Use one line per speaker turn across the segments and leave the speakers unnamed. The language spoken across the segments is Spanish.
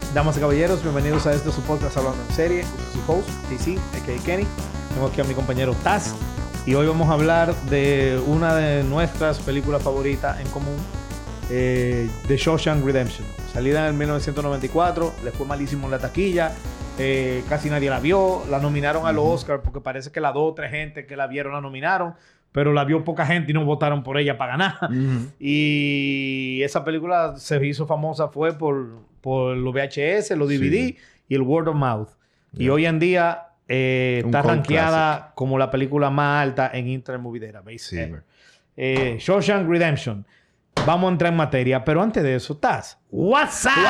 Damas y caballeros, bienvenidos a su podcast Hablando en Serie. Su host, TC, a.k.a. Kenny. Tengo aquí a mi compañero Taz. Y hoy vamos a hablar de una de nuestras películas favoritas en común, The Shawshank Redemption. Salida en 1994, le fue malísimo en la taquilla, casi nadie la vio. La nominaron a los Oscars porque parece que las 2 o 3 gente que la vieron la nominaron, pero la vio poca gente y no votaron por ella para ganar. Y esa película se hizo famosa fue por los VHS, los DVD y el word of mouth. Y hoy en día está rankeada como la película más alta en Internet Movie Database. Shawshank Redemption. Vamos a entrar en materia, pero antes de eso, Taz, what's up?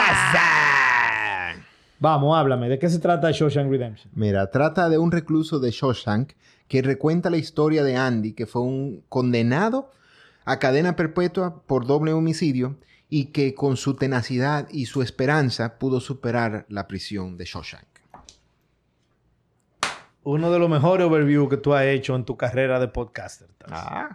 Vamos, háblame. ¿De qué se trata Shawshank Redemption?
Mira, trata de un recluso de Shawshank que recuenta la historia de Andy, que fue un condenado a cadena perpetua por doble homicidio y que con su tenacidad y su esperanza pudo superar la prisión de Shawshank.
Uno de los mejores overviews que tú has hecho en tu carrera de podcaster, Taz.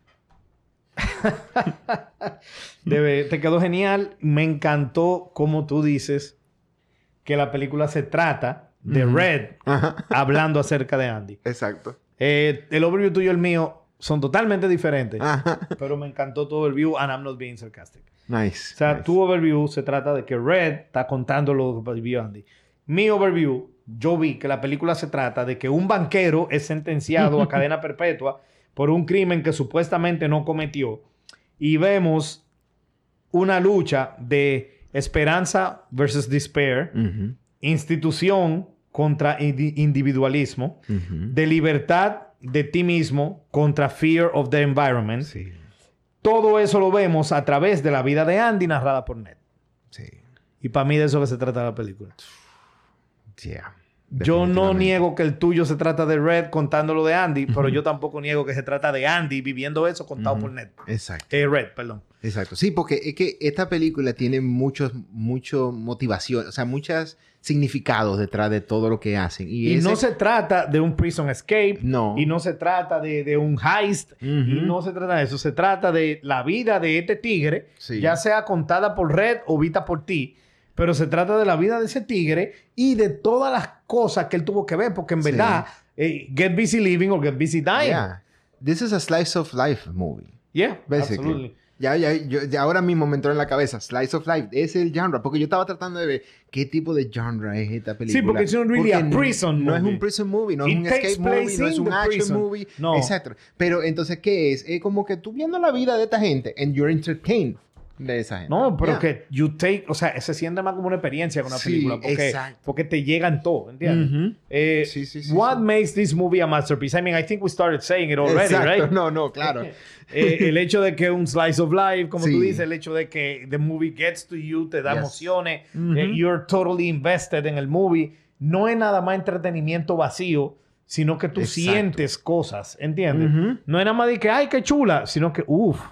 Te quedó genial. Me encantó cómo tú dices que la película se trata de Red hablando acerca de Andy.
Exacto.
El overview tuyo y el mío son totalmente diferentes. Pero me encantó todo el view and I'm not being sarcastic.
Nice.
O sea, tu overview se trata de que Red está contando lo que vivió Andy. Mi overview, yo vi que la película se trata de que un banquero es sentenciado a cadena perpetua por un crimen que supuestamente no cometió. Y vemos una lucha de esperanza versus despair, institución contra individualismo, de libertad de ti mismo contra fear of the environment. Sí. Todo eso lo vemos a través de la vida de Andy narrada por Ned. Sí. Y para mí de eso que se trata la película.
Yeah.
Yo no niego que el tuyo se trata de Red contándolo de Andy, pero yo tampoco niego que se trata de Andy viviendo eso contado por Ned.
Exacto.
Red, perdón.
Exacto. Sí, porque es que esta película tiene mucho motivación, o sea, muchos significados detrás de todo lo que hacen. Y
no se trata de un prison escape.
No.
Y no se trata de un heist. Y no se trata de eso. Se trata de la vida de este tigre, ya sea contada por Red o vista por ti. Pero se trata de la vida de ese tigre y de todas las cosas que él tuvo que ver. Porque en verdad, get busy living or get busy dying.
Yeah. This is a slice of life movie.
Yeah,
basically. Ya ahora mismo me entró en la cabeza. Slice of life. Es el genre. Porque yo estaba tratando de ver qué tipo de genre es esta película.
Sí, porque es un really a prison movie.
No es un prison movie. No es un escape movie. No es un action movie. No. Exacto. Pero entonces, ¿qué es? Es como que tú viendo la vida de esta gente and you're entertained de esa gente.
No, pero que you take... O sea, se siente más como una experiencia que una película. Porque te llegan todo, ¿entiendes? What makes this movie a masterpiece? I mean, I think we started saying it already, right?
No, claro.
El hecho de que un slice of life, como tú dices, el hecho de que the movie gets to you, te da emociones, you're totally invested en el movie. No es nada más entretenimiento vacío, sino que tú sientes cosas, ¿entiendes? No es nada más de que, ay, qué chula, sino que,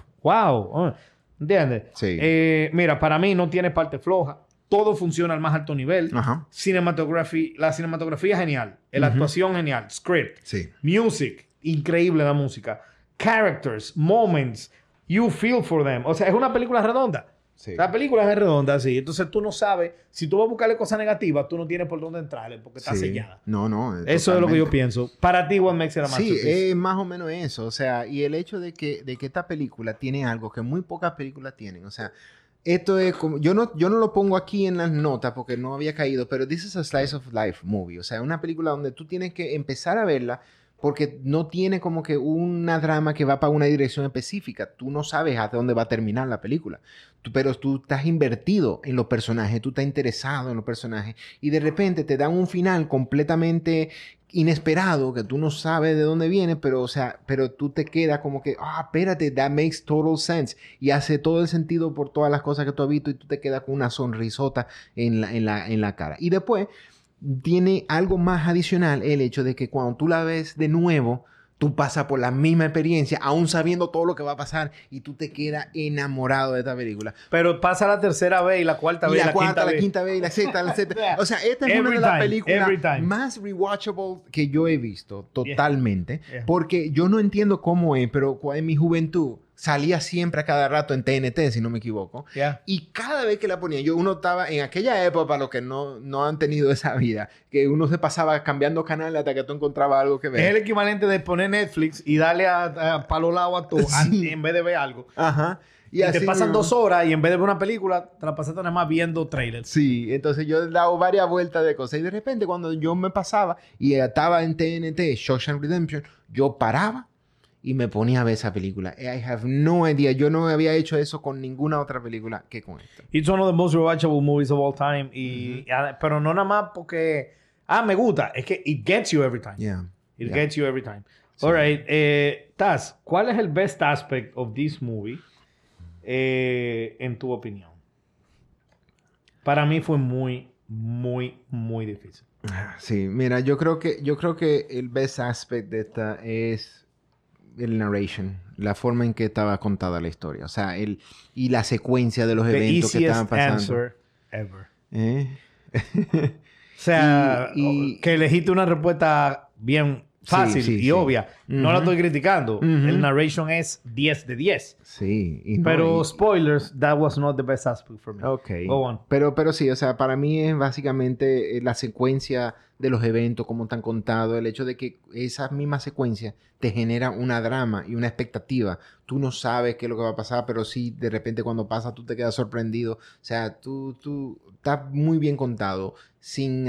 wow, ¿entiendes?
Sí.
Mira, para mí no tiene parte floja. Todo funciona al más alto nivel. La cinematografía es genial. La actuación genial. Script.
Sí.
Music. Increíble la música. Characters. Moments. You feel for them. O sea, es una película redonda.
Sí.
La película es redonda, sí. Entonces tú no sabes... Si tú vas a buscarle cosas negativas, tú no tienes por dónde entrarle porque está sellada.
No.
Eso es lo que yo pienso. Para ti, what makes it a masterpiece?
Sí, es más o menos eso. O sea, y el hecho de que esta película tiene algo que muy pocas películas tienen. O sea, esto es como... Yo no lo pongo aquí en las notas porque no había caído, pero this is a slice of life movie. O sea, una película donde tú tienes que empezar a verla porque no tiene como que una drama que va para una dirección específica. Tú no sabes hasta dónde va a terminar la película. Pero tú estás invertido en los personajes, tú estás interesado en los personajes y de repente te dan un final completamente inesperado que tú no sabes de dónde viene, pero tú te quedas como que, espérate, that makes total sense y hace todo el sentido por todas las cosas que tú has visto y tú te quedas con una sonrisota en la cara. Y después tiene algo más adicional, el hecho de que cuando tú la ves de nuevo, tú pasas por la misma experiencia, aún sabiendo todo lo que va a pasar, y tú te quedas enamorado de esta película.
Pero pasa la tercera vez y la cuarta vez y
la cuarta, la quinta vez y la sexta. O sea, esta es una de las películas más rewatchable que yo he visto, totalmente. Porque yo no entiendo cómo es, pero en mi juventud, salía siempre a cada rato en TNT, si no me equivoco.
Yeah.
Y cada vez que la ponía, uno estaba en aquella época, para los que no han tenido esa vida, que uno se pasaba cambiando canal hasta que tú encontrabas algo que ver.
Es el equivalente de poner Netflix y darle a palo lado a todo
Sí.
en vez de ver algo.
Ajá.
Y te
así
pasan
mismo.
2 horas y en vez de ver una película, te la pasaste nada más viendo trailers.
Sí, entonces yo he dado varias vueltas de cosas y de repente cuando yo me pasaba y estaba en TNT, Shawshank Redemption, yo paraba y me ponía a ver esa película. I have no idea. Yo no había hecho eso con ninguna otra película que con esta.
It's one of the most rewatchable movies of all time. Pero no nada más porque... me gusta. Es que it gets you every time.
Yeah.
It
Yeah.
gets you every time.
Sí.
All right. Taz, ¿cuál es el best aspect of this movie en tu opinión? Para mí fue muy, muy, muy difícil.
Sí, mira, yo creo que el best aspect de esta es el narration, la forma en que estaba contada la historia, o sea, y la secuencia de los
The
eventos que estaban
easiest
pasando.
answer ever.
¿Eh?
O sea,
Y-
que elegiste una respuesta bien fácil
Sí, sí,
y
sí.
obvia. No la
Ujú.
estoy criticando.
Ujú.
El narration es 10 de 10.
Sí. Y no,
Pero
y-
spoilers, that was not the best aspect for me.
Ok.
Go on.
Pero sí, o sea, para mí es básicamente la secuencia de los eventos, como están contados, el hecho de que esa misma secuencia te genera una drama y una expectativa. Tú no sabes qué es lo que va a pasar, pero sí, de repente cuando pasa tú te quedas sorprendido. O sea, tú estás muy bien contado, sin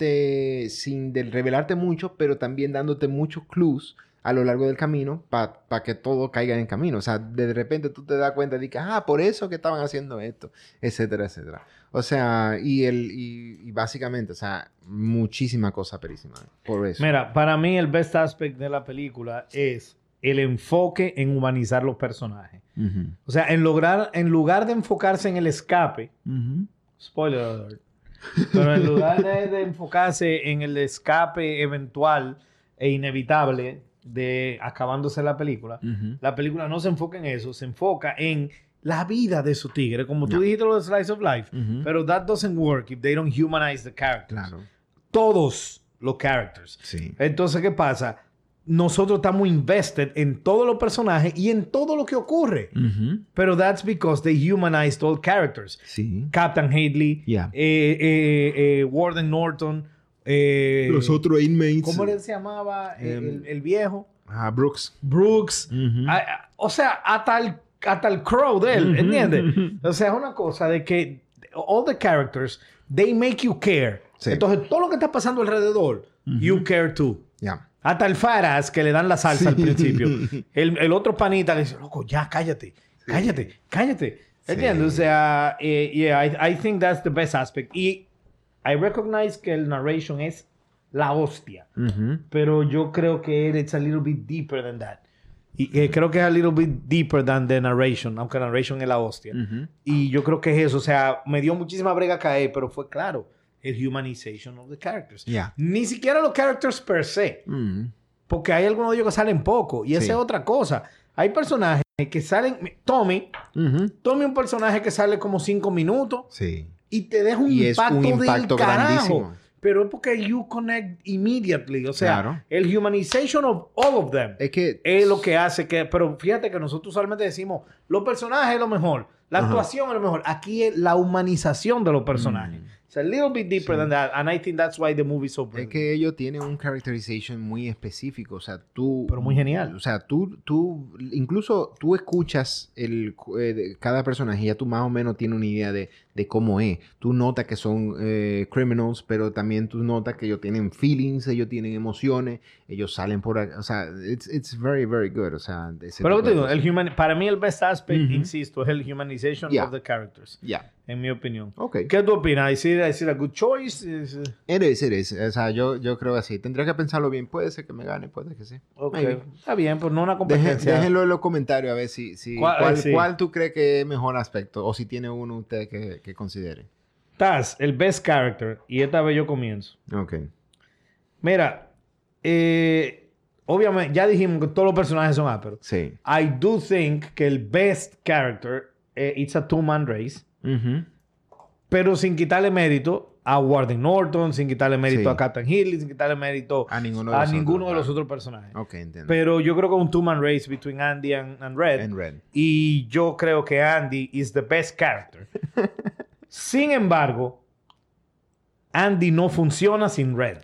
revelarte mucho, pero también dándote muchos clues a lo largo del camino para que todo caiga en camino. O sea, de repente tú te das cuenta de que, por eso que estaban haciendo esto, etcétera, etcétera. O sea, y básicamente, o sea, muchísima cosa perísima por eso.
Mira, para mí el best aspect de la película es el enfoque en humanizar los personajes.
Ujú.
O sea, en lugar de enfocarse en el escape,
Ujú.
spoiler alert, pero en lugar de enfocarse en el escape eventual e inevitable de acabándose la película no se enfoca en eso, se enfoca en la vida de su tigre, como tú
No.
dijiste lo de Slice of Life,
Ujú.
pero that doesn't work if they don't humanize the characters.
Claro.
Todos los characters.
Sí.
Entonces, ¿qué pasa? Nosotros estamos invested en todos los personajes y en todo lo que ocurre.
Ujú.
Pero that's because they humanized all characters.
Sí.
Captain Hadley,
Yeah.
Warden Norton,
Los otros inmates.
¿cómo se llamaba el viejo?
Brooks.
Brooks.
Ujú.
O sea, hasta el crow de él, ¿entiendes? O sea, es una cosa de que all the characters, they make you care.
Sí.
Entonces, todo lo que está pasando alrededor, you care too.
Ya.
Hasta el Faras que le dan la salsa al
Sí.
principio. El otro panita le dice, loco, ya, cállate. ¿Entiendes? O sea, I think that's the best aspect. Y I recognize que el narration es la hostia.
Ujú.
Pero yo creo que it's a little bit deeper than that. Y creo que es a little bit deeper than the narration, aunque la narration es la hostia.
Ujú.
Y yo creo que es eso. O sea, me dio muchísima brega caer, pero fue claro. El humanization of the characters.
Yeah.
Ni siquiera los characters per se.
Mm.
Porque hay algunos de ellos que salen poco. Y esa
Sí.
es otra cosa. Hay personajes que salen... Tommy
Ujú.
es un personaje que sale como 5 minutos
Sí.
y te deja un
Y es un impacto
del carajo.
grandísimo.
Pero es porque you connect immediately. O sea,
Claro.
el humanization of all of them
Es que...
es lo que hace que... Pero fíjate que nosotros usualmente decimos, los personajes es lo mejor. La
Ajá.
actuación es lo mejor. Aquí es la humanización de los personajes. It's a little bit deeper
Sí.
than that. And I think that's why the movie is so
Es
brilliant.
que ellos tienen un characterization muy específico. O sea, tú...
Pero muy genial.
O sea, tú incluso tú escuchas cada personaje y ya tú más o menos tienes una idea de cómo es. Tú notas que son criminals, pero también tú notas que ellos tienen feelings, ellos tienen emociones, ellos salen por... O sea, it's very, very good. O sea, ese
Pero
tipo
te
de
digo,
cosas.
para mí el best aspect,
Ujú.
insisto, es el humanization
Yeah.
of the characters.
Ya.
En mi opinión.
Ok.
¿Qué tú opinas? ¿Is it a good choice?
It is. O sea, yo creo así. Tendría que pensarlo bien. Puede ser que me gane, puede que sí.
Ok.
Maybe.
Está bien, pues no una competencia.
Déjenlo en los comentarios a ver si
¿Cuál- sí.
cuál tú crees que es mejor aspecto o si tiene uno usted que considere.
Taz, el best character. Y esta vez yo comienzo.
Ok.
Mira, obviamente, ya dijimos que todos los personajes son ásperos.
Sí.
I do think que el best character, it's a two-man race.
Ujú.
Pero sin quitarle mérito a Warden Norton, sin quitarle mérito
Sí.
a Captain Healy, sin quitarle mérito
A ninguno
a
de los
ninguno
otros,
de los
claro.
otros personajes.
Ok, entiendo.
Pero yo creo que es un two-man race between Andy and Red.
En Red.
Y yo creo que Andy is the best character. Sin embargo, Andy no funciona sin Red.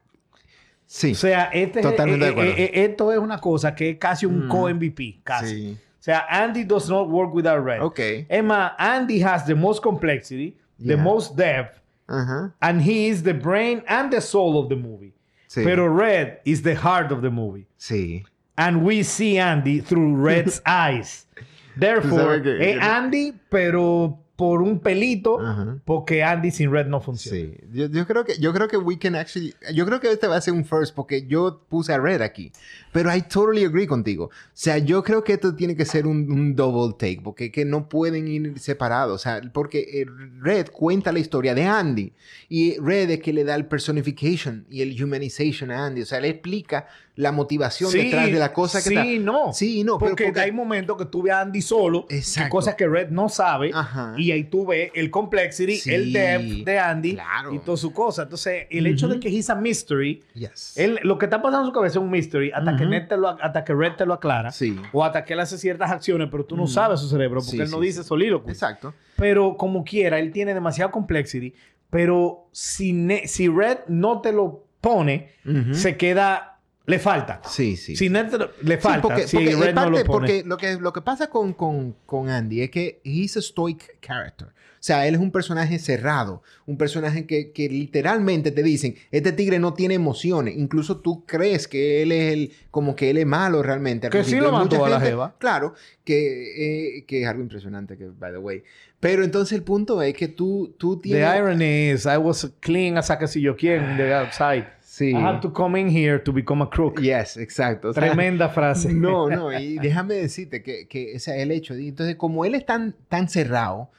Sí.
O sea,
Totalmente de acuerdo.
esto es una cosa que es casi un co-MVP. Casi.
Sí.
O sea, Andy does not work without Red.
Ok.
Es más, Andy has the most complexity, the
Yeah.
most depth,
Ajá.
and he is the brain and the soul of the movie.
Sí.
Pero Red is the heart of the movie.
Sí.
And we see Andy through Red's eyes. Therefore,
Tú sabes que-
es Andy, pero por un pelito,
Ajá.
porque Andy sin Red no funciona.
Sí. Yo creo que we can actually... Yo creo que este va a ser un first porque yo puse a Red aquí. Pero I totally agree contigo. O sea, yo creo que esto tiene que ser un double take porque que no pueden ir separados. O sea, porque Red cuenta la historia de Andy y Red es que le da el personification y el humanization a Andy. O sea, le explica la motivación detrás de la cosa que
sí, no.
Sí, no. pero
Porque hay momentos que tú ves a Andy solo,
Exacto.
que cosas que Red no sabe,
Ajá.
y ahí tú ves el complexity,
Sí,
el depth de Andy
claro.
y toda su cosa. Entonces, el hecho de que he's a mystery,
Yes.
lo que está pasando en su cabeza es un mystery hasta que hasta que Red te lo aclara,
Sí.
o hasta que él hace ciertas acciones, pero tú no sabes su cerebro porque
Sí,
él no
sí,
dice
sí.
solíloquy.
Exacto.
Pero como quiera, él tiene demasiado complexity, pero si Red no te lo pone,
Ujú.
se queda... Le falta.
Sí, sí.
Si Ned le falta,
porque,
si
porque
Red
es
no
parte-
lo pone.
porque lo que pasa con Andy es que he's a stoic character. O sea, él es un personaje cerrado, un personaje que literalmente te dicen, este tigre no tiene emociones. Incluso tú crees que él es como que él es malo realmente. Al
Que sí
principio
lo
hay mucha
mató a la
gente-
jeva.
Claro, que es algo impresionante, que by the way. Pero entonces el punto es que tú
The
tienes...
irony is, I was clean as a casi yo quien in the outside.
Sí.
I had to come in here to become a crook.
Yes, exacto. O sea,
Tremenda frase.
No, no, y déjame decirte que o sea, el hecho de... Entonces, como él es tan cerrado,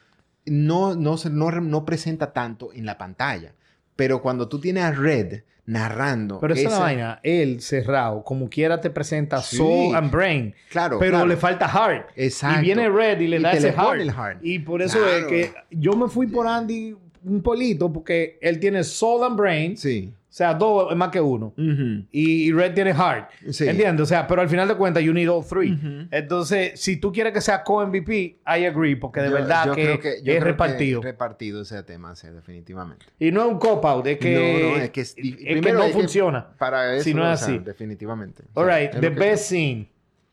no presenta tanto en la pantalla. Pero cuando tú tienes a Red narrando...
Pero esa es la
esa-
vaina. Él, cerrado, como quiera te presenta
Sí.
soul and brain.
Claro,
Pero
claro.
le falta heart.
Exacto.
Y viene Red y le
Y
da
te
ese
le pone
heart.
el heart.
Y por eso
Claro.
es que yo me fui por Andy un polito porque él tiene soul and brain.
Sí.
O sea, dos es más que uno.
Ujú.
Y Red tiene heart.
Sí.
¿Entiendes? O sea, pero al final de cuentas, you need all three.
Ujú.
Entonces, si tú quieres que sea co-MVP, I agree, porque de
Yo-
verdad
yo
que
creo yo
es
creo que
repartido.
repartido ese tema, sí, definitivamente.
Y no es un cop-out, es que,
No, es que,
que no funciona.
Para eso,
Si no es
o sea,
así.
definitivamente. O
All
sea,
right,
es
the
lo que-
best scene.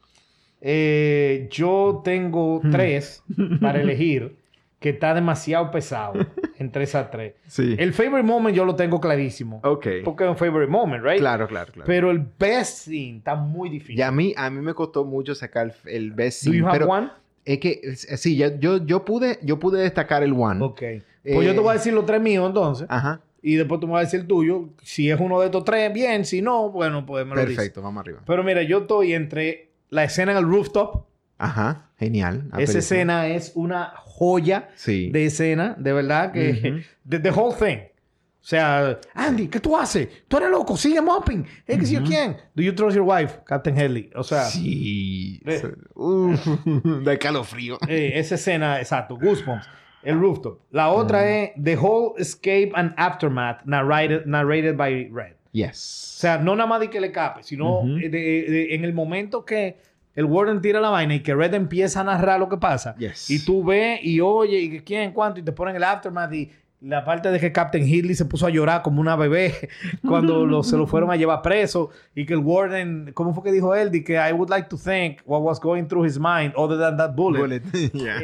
Yo tengo tres para elegir que está demasiado pesado entre esas tres.
Sí.
El favorite moment yo lo tengo clarísimo.
Ok.
Porque es un favorite moment, right?
Claro, claro, claro.
Pero el best scene está muy difícil.
Y a mí me costó mucho sacar el best
Do
scene.
you have
pero
one?
es que, sí, yo pude destacar el one.
Ok. Pues yo te voy a decir los tres míos entonces.
Ajá.
Y después tú me vas a decir el tuyo. Si es uno de estos tres, bien. Si no, bueno, pues me lo dices.
Perfecto, vamos arriba.
Pero mira, yo estoy entre la escena en el rooftop.
Ajá, genial.
Esa
Aprecio.
escena es una joya
Sí.
de escena. De verdad que...
Ujú.
The whole thing. O sea, Andy, ¿qué tú haces? Tú eres loco. Sigue mopping. Es que si yo quién. Do you trust your wife, Captain Headley? O sea...
Sí.
Eh.
De calofrío.
Esa escena, exacto. Goosebumps. El rooftop. La otra es The Whole Escape and Aftermath narrated by Red.
Yes.
O sea, no nada más de que le cape, sino
Ujú.
en el momento que el Warden tira la vaina y que Red empieza a narrar lo que pasa.
Yes.
Y tú ves y oyes y que quién, cuánto, y te ponen el Aftermath y la parte de que Captain Headley se puso a llorar como una bebé cuando se lo fueron a llevar preso y que el Warden, ¿cómo fue que dijo él? De que I would like to think what was going through his mind other than that bullet.
Bullet. Yeah.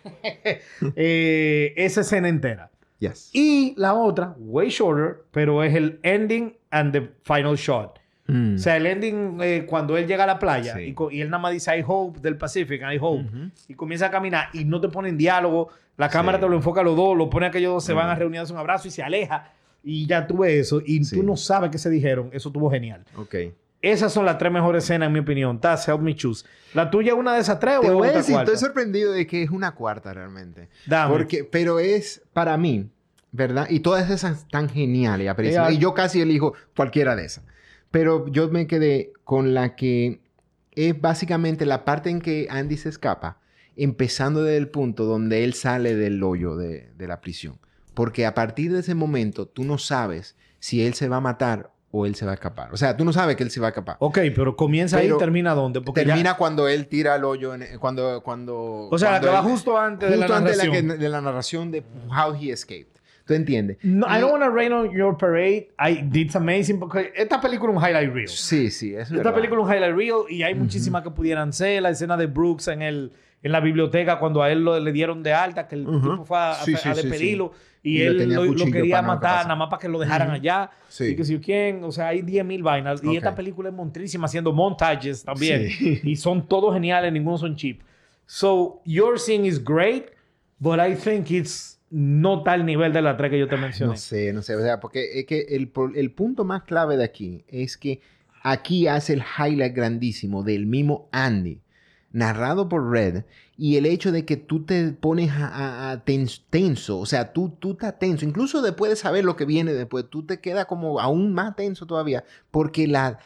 Esa escena entera.
Yes.
Y la otra, way shorter, pero es el ending and the final shot.
Mm.
O sea, el ending cuando él llega a la playa
Sí.
y él nada más dice I hope del Pacific, I hope.
Ujú.
Y comienza a caminar y no te ponen diálogo. La cámara
Sí.
te lo enfoca a los dos, lo pone a que ellos dos se van a reunir, hacen un abrazo y se aleja. Y ya tú ves eso y
Sí.
tú no sabes qué se dijeron. Eso estuvo genial.
Ok.
Esas son las tres mejores escenas en mi opinión. Taz, help me choose. ¿La tuya es una de esas tres
Te
o es
voy a
otra
decir,
cuarta?
estoy sorprendido de que es una cuarta realmente.
Dame.
Pero es para mí, ¿verdad? Y todas esas tan geniales y apreciadas.
Ya.
Y yo casi elijo cualquiera de esas. Pero yo me quedé con la que es básicamente la parte en que Andy se escapa, empezando desde el punto donde él sale del hoyo de la prisión. porque a partir de ese momento tú no sabes si él se va a matar o él se va a escapar. O sea, tú no sabes que él se va a escapar.
Ok, pero comienza ahí y termina ¿dónde?
Porque termina cuando él tira al hoyo, cuando...
O sea, la que va justo antes de la narración.
Justo antes de la narración de how he escaped. ¿Tú entiendes?
No, I don't want to rain on your parade. It's amazing porque esta película es un highlight reel.
Sí, es verdad.
Esta película es un highlight reel y hay muchísimas que pudieran ser. La escena de Brooks en la biblioteca cuando a él le dieron de alta, que el tipo fue a despedirlo y él lo quería matar nada más para que lo dejaran allá. Y que si yo quién, o sea, hay 10,000 vainas. Y esta película es montrísima haciendo montajes también. Y son todos geniales, ninguno son cheap. So, your scene is great, but I think it's no tal nivel de la 3 que yo te mencioné.
No sé. O sea, porque es que el punto más clave de aquí es que aquí hace el highlight grandísimo del mismo Andy, narrado por Red, y el hecho de que tú te pones tenso, o sea, tú estás tenso, incluso después de saber lo que viene después, tú te quedas como aún más tenso todavía, porque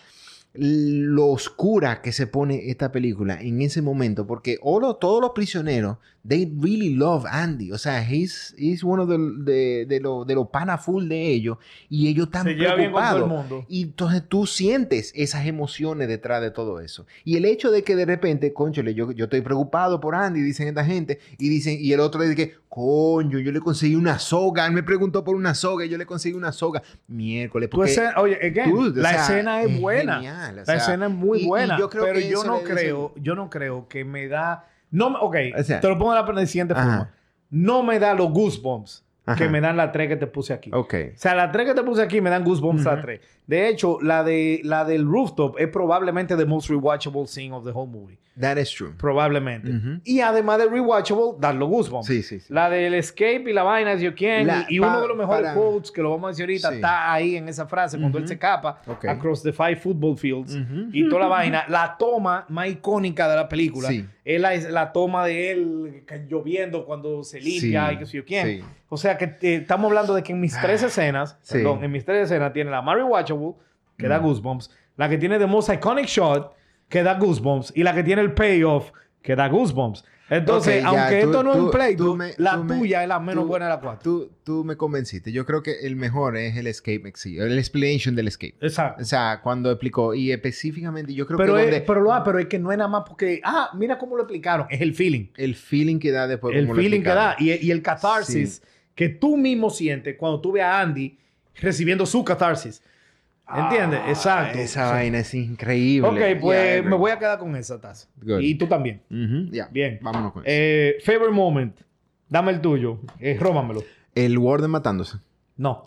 lo oscura que se pone esta película en ese momento, porque todos los prisioneros, they really love Andy, o sea, he's one of de los pana full de ellos, y ellos están preocupados, bien con todo el mundo. Y entonces tú sientes esas emociones detrás de todo eso, y el hecho de que de repente, cónchale, yo estoy preocupado por Andy, dicen esta gente, y el otro le dice que, coño, yo le conseguí una soga, él me preguntó por una soga, y yo le conseguí una soga, miércoles, porque...
Oye, la escena es buena. Genial. La escena es muy buena, pero yo no creo que me da... te lo pongo de la siguiente forma. No me da los goosebumps que me dan las 3 que te puse aquí. O sea, las 3 que te puse aquí me dan goosebumps a 3. De hecho, la del rooftop es probablemente the most rewatchable scene of the whole movie.
That is true.
Probablemente. Y además de rewatchable, dar los goosebumps.
Sí.
La del escape y la vaina, si yo quién. Y uno de los mejores quotes, que lo vamos a decir ahorita, está ahí en esa frase, cuando él se escapa across the 5 football fields y toda la vaina. La toma más icónica de la película es la toma de él lloviendo cuando se limpia y que si yo quién. O sea, que estamos hablando de que en mis 3 escenas, en mis 3 escenas tiene la más rewatchable, que da goosebumps, la que tiene the most iconic shot, que da goosebumps, y la que tiene el payoff, que da goosebumps. Entonces, aunque esto no es un pleito, la tuya es la menos buena de las 4.
Tú me convenciste. Yo creo que el mejor es el escape, el explanation del escape.
Exacto.
O sea, cuando explicó, y específicamente yo creo
pero
que...
Pero es que no es nada más porque... mira cómo lo explicaron. Es el feeling.
El feeling que da después.
El feeling que da. Y el catharsis que tú mismo sientes cuando tú ves a Andy recibiendo su catharsis. ¿Entiendes? Exacto.
Esa vaina es increíble.
Ok, pues me voy a quedar con esa taza. Y tú también. Bien.
Vámonos con eso.
Favorite moment. Dame el tuyo. Róbamelo.
El Warden matándose.
No.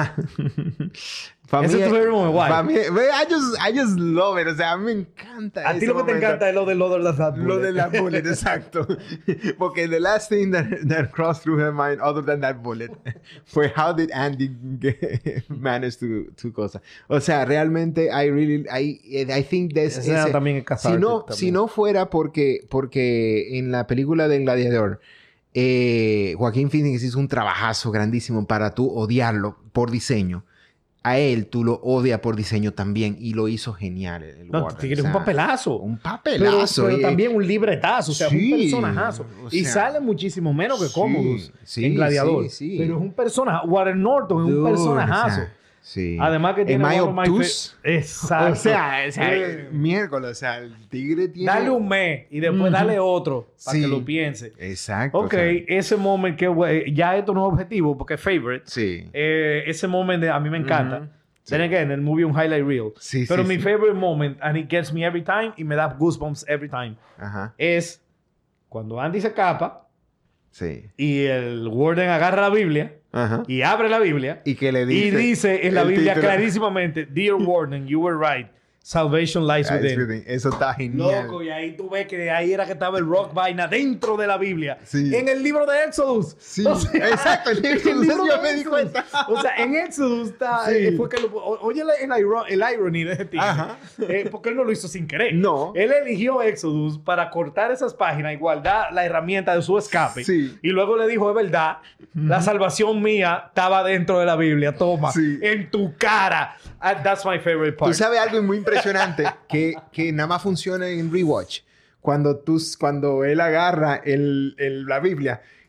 Ese
es tu favorite moment. Why?
I just love it. O sea, a mí me encanta.
A ti lo que te encanta es lo de la bullet.
Lo de la bullet, exacto. Porque the last thing that crossed through her mind, other than that bullet, fue how did Andy manage to cosa. O sea, realmente, I think this
ese también es cathartic.
Si no fuera porque en la película de Gladiador, Joaquín Phoenix hizo un trabajazo grandísimo para tú odiarlo por diseño. A él tú lo odias por diseño también y lo hizo genial el Warden.
Es un papelazo.
Un papelazo.
Pero también un libretazo. O sea, un personajazo. Y sale muchísimo menos que Commodus en Gladiador. Pero es un personaje. Warren Norton es un personajazo. Además que tiene exacto.
O sea, miércoles, o sea, el tigre tiene...
Dale un mes y después dale otro para que lo piense.
Exacto.
Ok, ese moment que ya esto no es objetivo porque es favorite. Ese moment a mí me encanta. Then again, el movie un highlight reel. Pero mi favorite moment, and it gets me every time y me da goosebumps every time, es cuando Andy se escapa y el Warden agarra la Biblia y abre la Biblia
y que le dice
en la Biblia clarísimamente, Dear Warden, you were right. Salvation lies within.
Eso está genial.
Loco, y ahí tú ves que ahí era que estaba el rock vaina dentro de la Biblia. En el libro de Exodus.
O sea, exacto. En Exodus yo me di cuenta.
O sea, en Exodus está... fue que oye el irony de ese tipo. Porque él no lo hizo sin querer.
No.
Él eligió Exodus para cortar esas páginas y guardar la herramienta de su escape. Y luego le dijo, es verdad, la salvación mía estaba dentro de la Biblia. Toma, en tu cara. That's my favorite part.
Tú sabes algo muy impresionante que nada más funciona en rewatch. Cuando él agarra la Biblia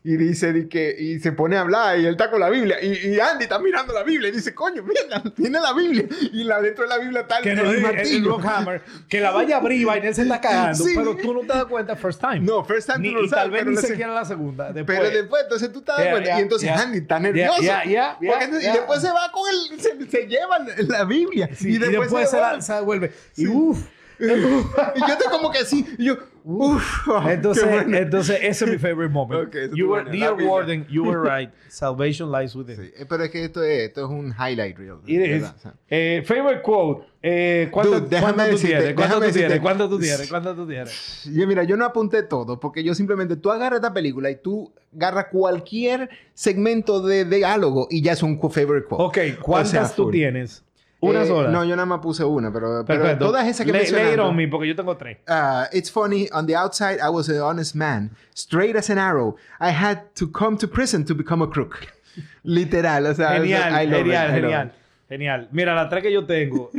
y dice y se pone a hablar y él está con la Biblia y Andy está mirando la Biblia y dice, coño, mira, tiene la Biblia y dentro de la Biblia está
que el martillo. Rockhammer, que la vaya a abrir y él se está cagando, sí. Pero tú no te das cuenta first time.
No, first time tú no lo
sabes. Y tal vez ni siquiera la segunda.
Después. Pero después, entonces tú te das cuenta y entonces Andy está nervioso. Y después se va con se lleva la Biblia
sí, y después se devuelve.
Sí. Y uff. Y yo estoy como que así. Y yo,
entonces, ese es mi favorite moment. Okay, dear Warden, you were right. Salvation lies within.
Sí, pero es que esto es un highlight reel.
It is. Favorite quote. ¿Cuánto tú tienes?
Mira, yo no apunté todo porque yo simplemente... Tú agarras esta película y tú agarras cualquier segmento de diálogo y ya es un favorite quote.
Ok, ¿cuántas tú tienes? ¿Una sola?
No, yo nada más puse una, pero todas esas que mencionaste...
Lay it on me, porque yo tengo 3.
It's funny, on the outside, I was an honest man. Straight as an arrow. I had to come to prison to become a crook. Literal, o sea...
Genial. Mira, las 3 que yo tengo...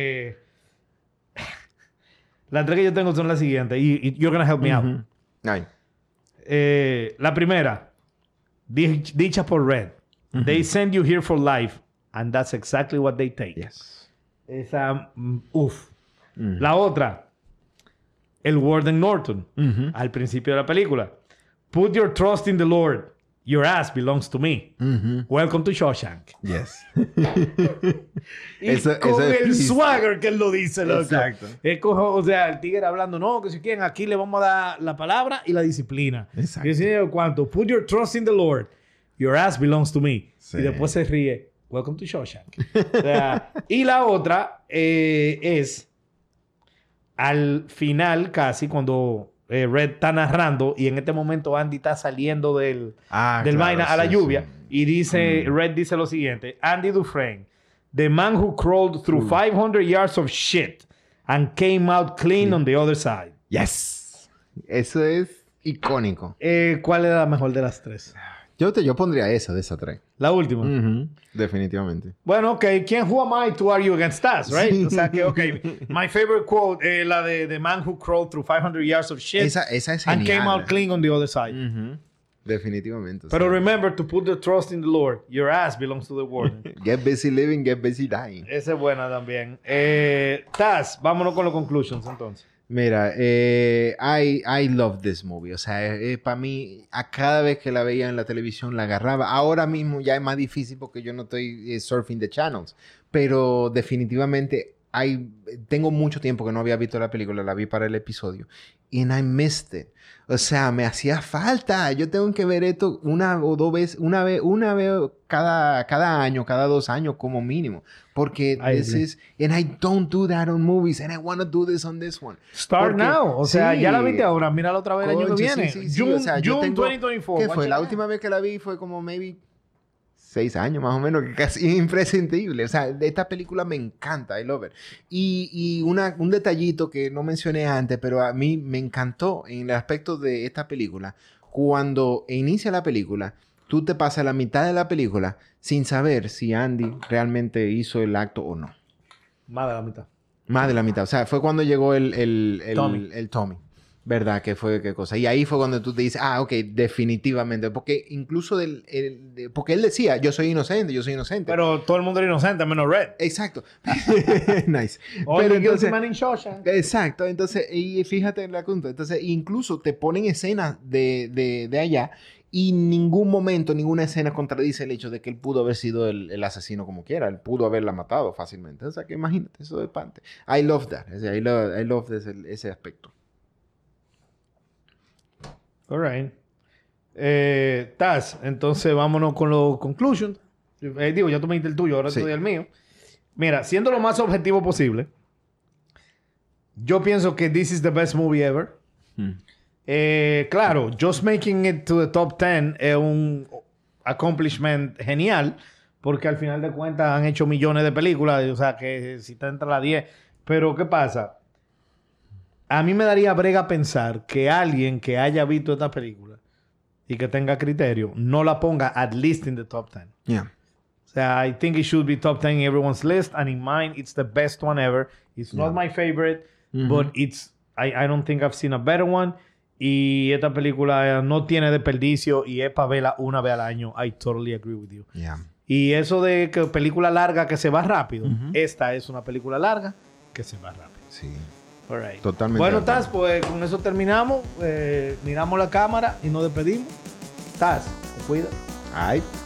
las 3 que yo tengo son las siguientes. Y you're gonna help me out.
Ay.
La primera. Dicha por Red. They send you here for life. And that's exactly what they take.
Yes.
Esa... La otra. El Warden Norton. Al principio de la película. Put your trust in the Lord. Your ass belongs to me. Welcome to Shawshank.
Yes.
Y con el swagger que él lo dice, loco.
Exacto.
O sea, el tigre hablando, no, que si quieren, aquí le vamos a dar la palabra y la disciplina.
Exacto.
Y dice, ¿cuánto? Put your trust in the Lord. Your ass belongs to me.
Sí.
Y después se ríe. Welcome to Shawshank. O sea, y la otra es al final casi cuando Red está narrando y en este momento Andy está saliendo del vaina a la lluvia y dice Red dice lo siguiente: Andy Dufresne, the man who crawled through 500 yards of shit and came out clean on the other side.
Yes. Eso es icónico.
¿Cuál es la mejor de las 3?
Yo pondría esa de esas 3.
La última.
Definitivamente.
Bueno, ok. Who am I to argue against us, right? Sí. O sea que, ok. My favorite quote, la de The man who crawled through 500 yards of shit.
Esa es genial.
And came out clean on the other side.
Definitivamente.
Pero remember to put the trust in the Lord. Your ass belongs to the Warden.
Get busy living, get busy dying.
Esa es buena también. Taz, vámonos con los conclusions entonces.
Mira, I love this movie. O sea, para mí, a cada vez que la veía en la televisión, la agarraba. Ahora mismo ya es más difícil porque yo no estoy surfing the channels. Pero definitivamente tengo mucho tiempo que no había visto la película. La vi para el episodio. And I missed it. O sea, me hacía falta. Yo tengo que ver esto una o dos veces. Una vez cada año, cada 2 años como mínimo. Porque this is... And I don't do that on movies. And I want to do this on this one.
Start now. O sea, ya la viste ahora. Mírala otra vez el año que viene.
June,
o sea, June 2024.
¿Qué fue? La última vez que la vi fue como maybe 6 años más o menos, que casi imprescindible. O sea, esta película me encanta, I love it. Y un detallito que no mencioné antes, pero a mí me encantó en el aspecto de esta película. Cuando inicia la película, tú te pasas la mitad de la película sin saber si Andy realmente hizo el acto o no.
Más de la mitad.
Más de la mitad. O sea, fue cuando llegó el Tommy. ¿Verdad? ¿Qué fue? ¿Qué cosa? Y ahí fue cuando tú te dices, ok, definitivamente. Porque incluso porque él decía, yo soy inocente.
Pero todo el mundo era inocente, menos Red.
Exacto. Nice.
Pero entonces, man in Shawshank.
Exacto. Entonces, y fíjate en la punta. Entonces, incluso te ponen escenas de allá y en ningún momento, ninguna escena contradice el hecho de que él pudo haber sido el asesino como quiera. Él pudo haberla matado fácilmente. O sea, que imagínate, eso de parte. I love that. O sea, I love ese aspecto.
All right. Taz, entonces vámonos con los conclusions. Ya tú me diste el tuyo, ahora te doy el mío. Mira, siendo lo más objetivo posible, yo pienso que this is the best movie ever. Claro, just making it to the top 10 es un accomplishment genial, porque al final de cuentas han hecho millones de películas, o sea que si te entra la 10. Pero, ¿qué pasa? A mí me daría brega pensar que alguien que haya visto esta película y que tenga criterio no la ponga at least in the top 10.
Yeah.
O sea, I think it should be top 10 in everyone's list, and in mine, it's the best one ever. It's not my favorite, but I don't think I've seen a better one. Y esta película no tiene desperdicio y es para verla una vez al año. I totally agree with you.
Yeah.
Y eso de que película larga que se va rápido. Esta es una película larga que se va rápido.
Sí.
All right.
Totalmente.
Bueno, Taz, pues con eso terminamos. Miramos la cámara y nos despedimos. Taz, te cuida.
Ay.